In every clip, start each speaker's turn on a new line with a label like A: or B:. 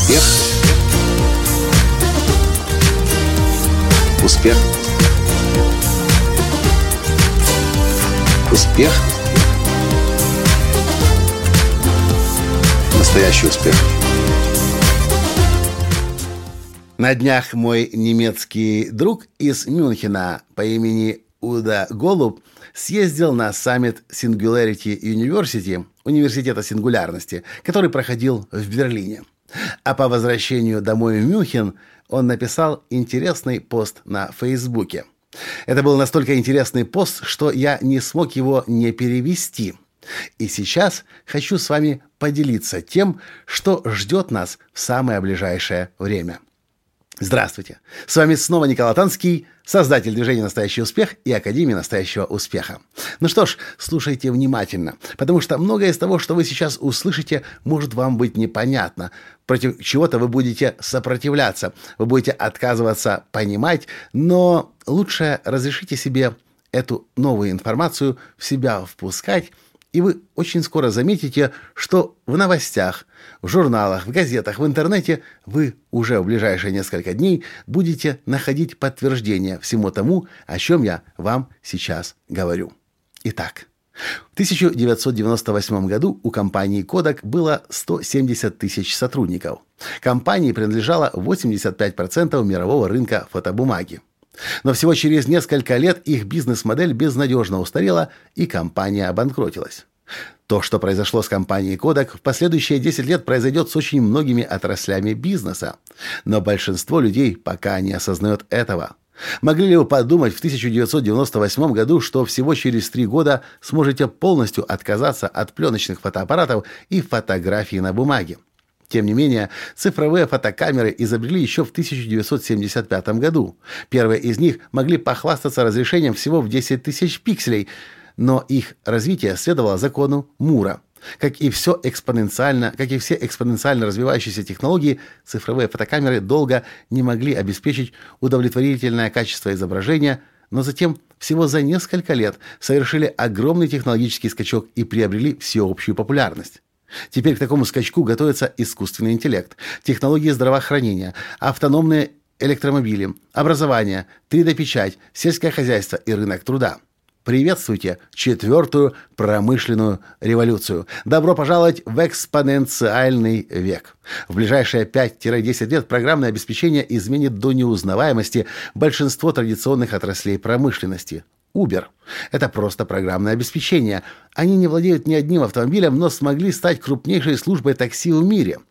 A: Успех. Успех. Успех. Настоящий успех.
B: На днях мой немецкий друг из Мюнхена по имени Уда Голуб съездил на саммит Singularity University, университета сингулярности, который проходил в Берлине. А по возвращению домой в Мюнхен он написал интересный пост на Фейсбуке. Это был настолько интересный пост, что я не смог его не перевести. И сейчас хочу с вами поделиться тем, что ждет нас в самое ближайшее время. Здравствуйте! С вами снова Николай Танский, создатель движения «Настоящий успех» и Академии настоящего успеха. Ну что ж, слушайте внимательно, потому что многое из того, что вы сейчас услышите, может вам быть непонятно. Против чего-то вы будете сопротивляться, вы будете отказываться понимать, но лучше разрешите себе эту новую информацию в себя впускать, и вы очень скоро заметите, что в новостях, в журналах, в газетах, в интернете вы уже в ближайшие несколько дней будете находить подтверждение всему тому, о чем я вам сейчас говорю. Итак, в 1998 году у компании Kodak было 170 тысяч сотрудников. Компании принадлежало 85% мирового рынка фотобумаги. Но всего через несколько лет их бизнес-модель безнадежно устарела, и компания обанкротилась. То, что произошло с компанией Kodak, в последующие 10 лет произойдет с очень многими отраслями бизнеса. Но большинство людей пока не осознает этого. Могли ли вы подумать в 1998 году, что всего через 3 года сможете полностью отказаться от пленочных фотоаппаратов и фотографий на бумаге? Тем не менее, цифровые фотокамеры изобрели еще в 1975 году. Первые из них могли похвастаться разрешением всего в 10 тысяч пикселей, но их развитие следовало закону Мура. Как и все экспоненциально развивающиеся технологии, цифровые фотокамеры долго не могли обеспечить удовлетворительное качество изображения, но затем всего за несколько лет совершили огромный технологический скачок и приобрели всеобщую популярность. Теперь к такому скачку готовится искусственный интеллект, технологии здравоохранения, автономные электромобили, образование, 3D-печать, сельское хозяйство и рынок труда. Приветствуйте 4-ю промышленную революцию. Добро пожаловать в экспоненциальный век. В ближайшие 5-10 лет программное обеспечение изменит до неузнаваемости большинство традиционных отраслей промышленности. Uber – это просто программное обеспечение. Они не владеют ни одним автомобилем, но смогли стать крупнейшей службой такси в мире.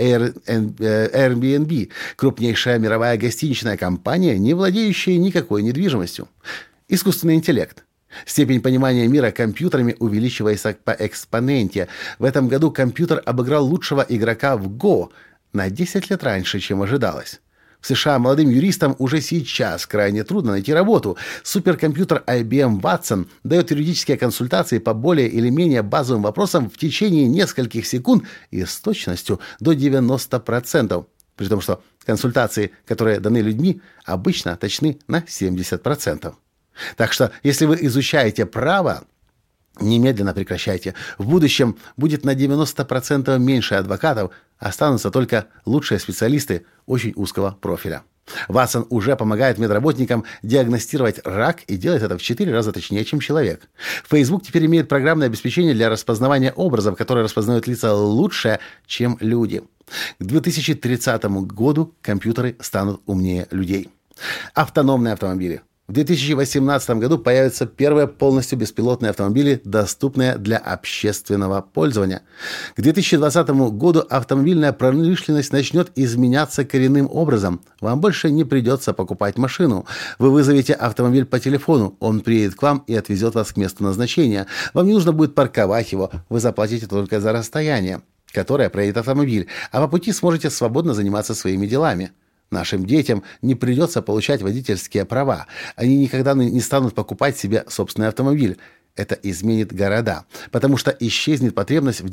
B: Airbnb – крупнейшая мировая гостиничная компания, не владеющая никакой недвижимостью. Искусственный интеллект. Степень понимания мира компьютерами увеличивается по экспоненте. В этом году компьютер обыграл лучшего игрока в Go на 10 лет раньше, чем ожидалось. В США молодым юристам уже сейчас крайне трудно найти работу. Суперкомпьютер IBM Watson дает юридические консультации по более или менее базовым вопросам в течение нескольких секунд и с точностью до 90%. При том, что консультации, которые даны людьми, обычно точны на 70%. Так что, если вы изучаете право, немедленно прекращайте. В будущем будет на 90% меньше адвокатов, останутся только лучшие специалисты очень узкого профиля. Watson уже помогает медработникам диагностировать рак и делает это в 4 раза точнее, чем человек. Facebook теперь имеет программное обеспечение для распознавания образов, которые распознают лица лучше, чем люди. К 2030 году компьютеры станут умнее людей. Автономные автомобили. В 2018 году появятся первые полностью беспилотные автомобили, доступные для общественного пользования. К 2020 году автомобильная промышленность начнет изменяться коренным образом. Вам больше не придется покупать машину. Вы вызовете автомобиль по телефону, он приедет к вам и отвезет вас к месту назначения. Вам не нужно будет парковать его, вы заплатите только за расстояние, которое проедет автомобиль, а по пути сможете свободно заниматься своими делами. Нашим детям не придется получать водительские права. Они никогда не станут покупать себе собственный автомобиль. Это изменит города, потому что исчезнет потребность в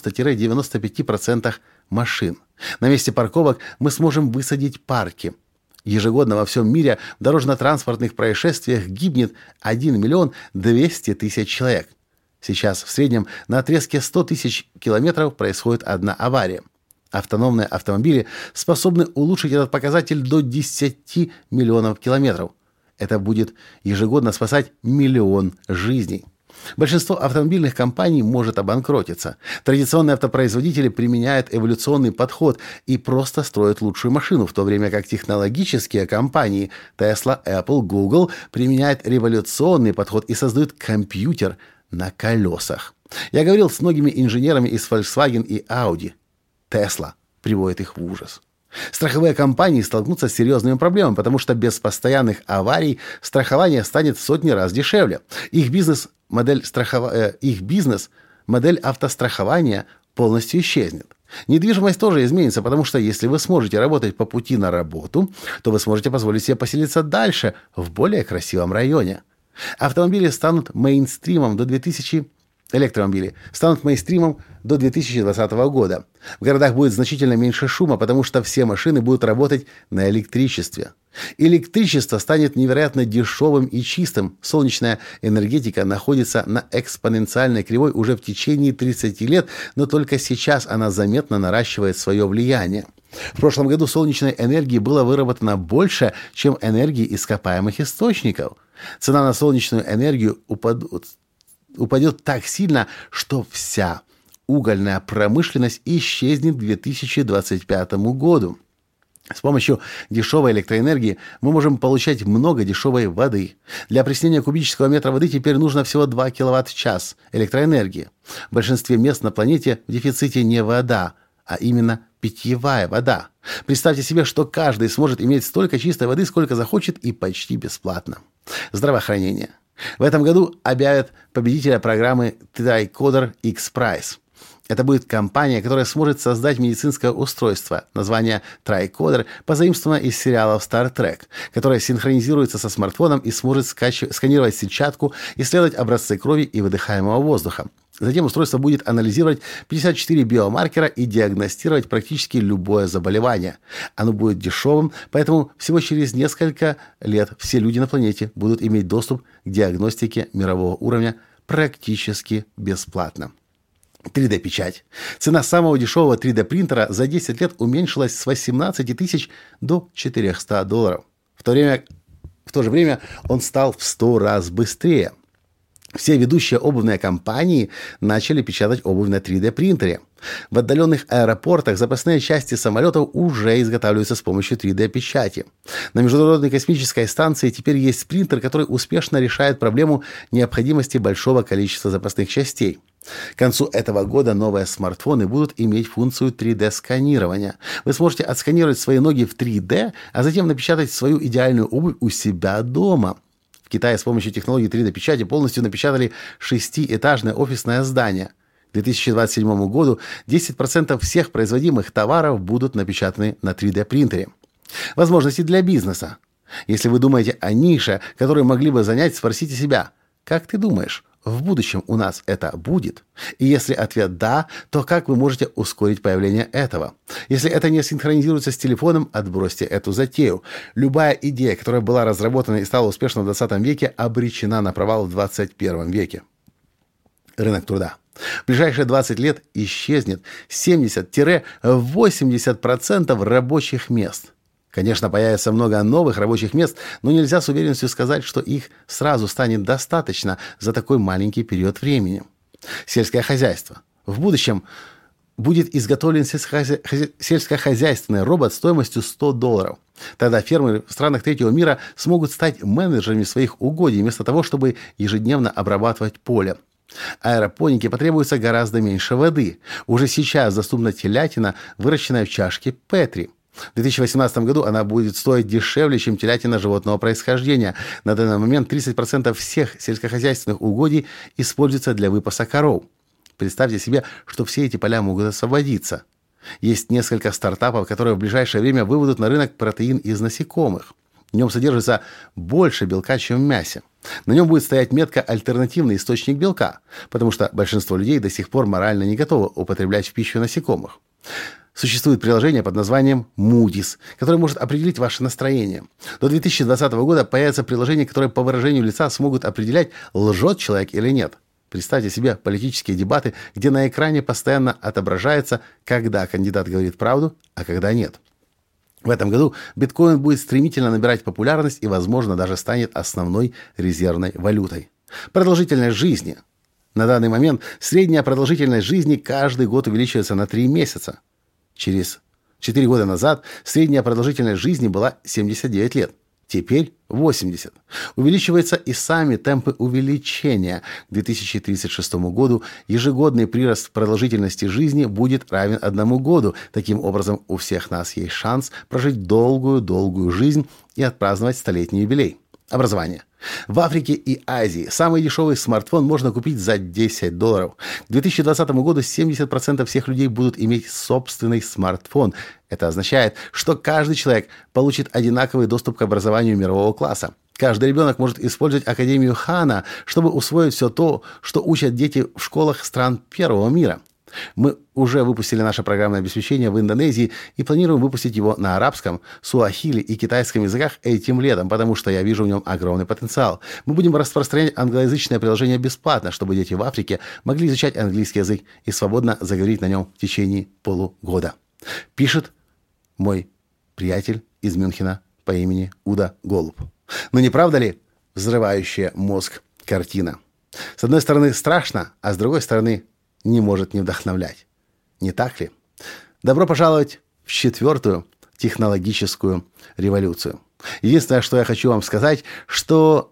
B: 90-95% машин. На месте парковок мы сможем высадить парки. Ежегодно во всем мире в дорожно-транспортных происшествиях гибнет 1 миллион 200 тысяч человек. Сейчас в среднем на отрезке 100 тысяч километров происходит одна авария. Автономные автомобили способны улучшить этот показатель до 10 миллионов километров. Это будет ежегодно спасать миллион жизней. Большинство автомобильных компаний может обанкротиться. Традиционные автопроизводители применяют эволюционный подход и просто строят лучшую машину, в то время как технологические компании Tesla, Apple, Google применяют революционный подход и создают компьютер на колесах. Я говорил с многими инженерами из Volkswagen и Audi. Tesla приводит их в ужас. Страховые компании столкнутся с серьезными проблемами, потому что без постоянных аварий страхование станет в сотни раз дешевле. Их бизнес-модель автострахования полностью исчезнет. Недвижимость тоже изменится, потому что если вы сможете работать по пути на работу, то вы сможете позволить себе поселиться дальше, в более красивом районе. Электромобили станут мейнстримом до 2020 года. В городах будет значительно меньше шума, потому что все машины будут работать на электричестве. Электричество станет невероятно дешевым и чистым. Солнечная энергетика находится на экспоненциальной кривой уже в течение 30 лет, но только сейчас она заметно наращивает свое влияние. В прошлом году солнечной энергии было выработано больше, чем энергии ископаемых источников. Цена на солнечную энергию упадет так сильно, что вся угольная промышленность исчезнет к 2025 году. С помощью дешевой электроэнергии мы можем получать много дешевой воды. Для опреснения кубического метра воды теперь нужно всего 2 киловатт в час электроэнергии. В большинстве мест на планете в дефиците не вода, а именно питьевая вода. Представьте себе, что каждый сможет иметь столько чистой воды, сколько захочет, и почти бесплатно. Здравоохранение. В этом году объявят победителя программы TriCoder X-Prize. Это будет компания, которая сможет создать медицинское устройство. Название TriCoder позаимствовано из сериалов Star Trek, которое синхронизируется со смартфоном и сможет сканировать сетчатку, исследовать образцы крови и выдыхаемого воздуха. Затем устройство будет анализировать 54 биомаркера и диагностировать практически любое заболевание. Оно будет дешевым, поэтому всего через несколько лет все люди на планете будут иметь доступ к диагностике мирового уровня практически бесплатно. 3D-печать. Цена самого дешевого 3D-принтера за 10 лет уменьшилась с 18 тысяч до $400. В то же время он стал в 100 раз быстрее. Все ведущие обувные компании начали печатать обувь на 3D-принтере. В отдаленных аэропортах запасные части самолетов уже изготавливаются с помощью 3D-печати. На Международной космической станции теперь есть принтер, который успешно решает проблему необходимости большого количества запасных частей. К концу этого года новые смартфоны будут иметь функцию 3D-сканирования. Вы сможете отсканировать свои ноги в 3D, а затем напечатать свою идеальную обувь у себя дома. В Китае с помощью технологии 3D-печати полностью напечатали 6-этажное офисное здание. К 2027 году 10% всех производимых товаров будут напечатаны на 3D-принтере. Возможности для бизнеса. Если вы думаете о нише, которую могли бы занять, спросите себя, как ты думаешь, в будущем у нас это будет? И если ответ «да», то как вы можете ускорить появление этого? Если это не синхронизируется с телефоном, отбросьте эту затею. Любая идея, которая была разработана и стала успешна в 20 веке, обречена на провал в 21 веке. Рынок труда. В ближайшие 20 лет исчезнет 70-80% рабочих мест. Конечно, появится много новых рабочих мест, но нельзя с уверенностью сказать, что их сразу станет достаточно за такой маленький период времени. Сельское хозяйство. В будущем будет изготовлен сельскохозяйственный робот стоимостью $100. Тогда фермеры в странах третьего мира смогут стать менеджерами своих угодий, вместо того, чтобы ежедневно обрабатывать поле. Аэропонике потребуется гораздо меньше воды. Уже сейчас доступна телятина, выращенная в чашке Петри. В 2018 году она будет стоить дешевле, чем телятина животного происхождения. На данный момент 30% всех сельскохозяйственных угодий используются для выпаса коров. Представьте себе, что все эти поля могут освободиться. Есть несколько стартапов, которые в ближайшее время выведут на рынок протеин из насекомых. В нем содержится больше белка, чем в мясе. На нем будет стоять метка «Альтернативный источник белка», потому что большинство людей до сих пор морально не готовы употреблять в пищу насекомых. Существует приложение под названием Moody's, которое может определить ваше настроение. До 2020 года появится приложение, которое по выражению лица смогут определять, лжет человек или нет. Представьте себе политические дебаты, где на экране постоянно отображается, когда кандидат говорит правду, а когда нет. В этом году биткоин будет стремительно набирать популярность и, возможно, даже станет основной резервной валютой. Продолжительность жизни. На данный момент средняя продолжительность жизни каждый год увеличивается на 3 месяца. Через 4 года назад средняя продолжительность жизни была 79 лет. Теперь 80. Увеличиваются и сами темпы увеличения. К 2036 году ежегодный прирост продолжительности жизни будет равен 1 году. Таким образом, у всех нас есть шанс прожить долгую жизнь и отпраздновать столетний юбилей. Образование. В Африке и Азии самый дешевый смартфон можно купить за $10. К 2020 году 70% всех людей будут иметь собственный смартфон. Это означает, что каждый человек получит одинаковый доступ к образованию мирового класса. Каждый ребенок может использовать Академию Хана, чтобы усвоить все то, что учат дети в школах стран первого мира. Мы уже выпустили наше программное обеспечение в Индонезии и планируем выпустить его на арабском, суахили и китайском языках этим летом, потому что я вижу в нем огромный потенциал. Мы будем распространять англоязычное приложение бесплатно, чтобы дети в Африке могли изучать английский язык и свободно заговорить на нем в течение полугода. Пишет мой приятель из Мюнхена по имени Уда Голуб. Но не правда ли взрывающая мозг картина? С одной стороны страшно, а с другой стороны не может не вдохновлять. Не так ли? Добро пожаловать в 4-ю технологическую революцию. Единственное, что я хочу вам сказать, что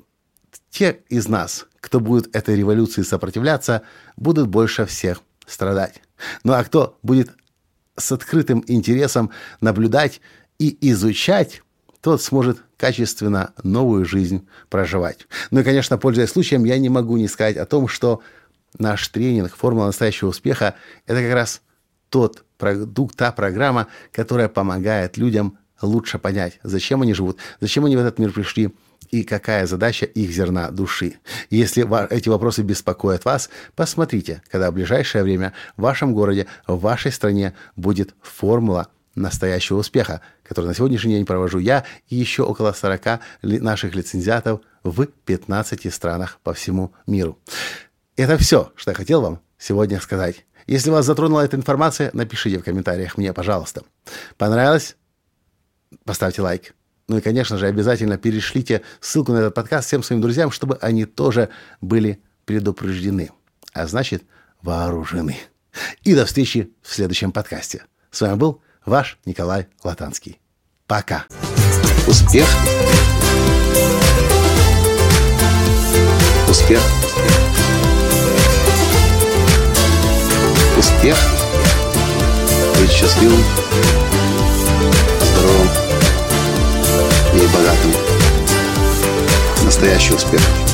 B: те из нас, кто будет этой революции сопротивляться, будут больше всех страдать. Ну а кто будет с открытым интересом наблюдать и изучать, тот сможет качественно новую жизнь проживать. Ну и, конечно, пользуясь случаем, я не могу не сказать о том, что наш тренинг «Формула настоящего успеха» — это как раз тот продукт, та программа, которая помогает людям лучше понять, зачем они живут, зачем они в этот мир пришли и какая задача их зерна души. Если эти вопросы беспокоят вас, посмотрите, когда в ближайшее время в вашем городе, в вашей стране будет формула настоящего успеха, которую на сегодняшний день провожу я и еще около 40 наших лицензиатов в 15 странах по всему миру. Это все, что я хотел вам сегодня сказать. Если вас затронула эта информация, напишите в комментариях мне, пожалуйста. Понравилось? Поставьте лайк. Ну и, конечно же, обязательно перешлите ссылку на этот подкаст всем своим друзьям, чтобы они тоже были предупреждены. А значит, вооружены. И до встречи в следующем подкасте. С вами был ваш Николай Латанский. Пока.
A: Успех. Успех. Успех. Быть счастливым, здоровым и богатым. Настоящий успех.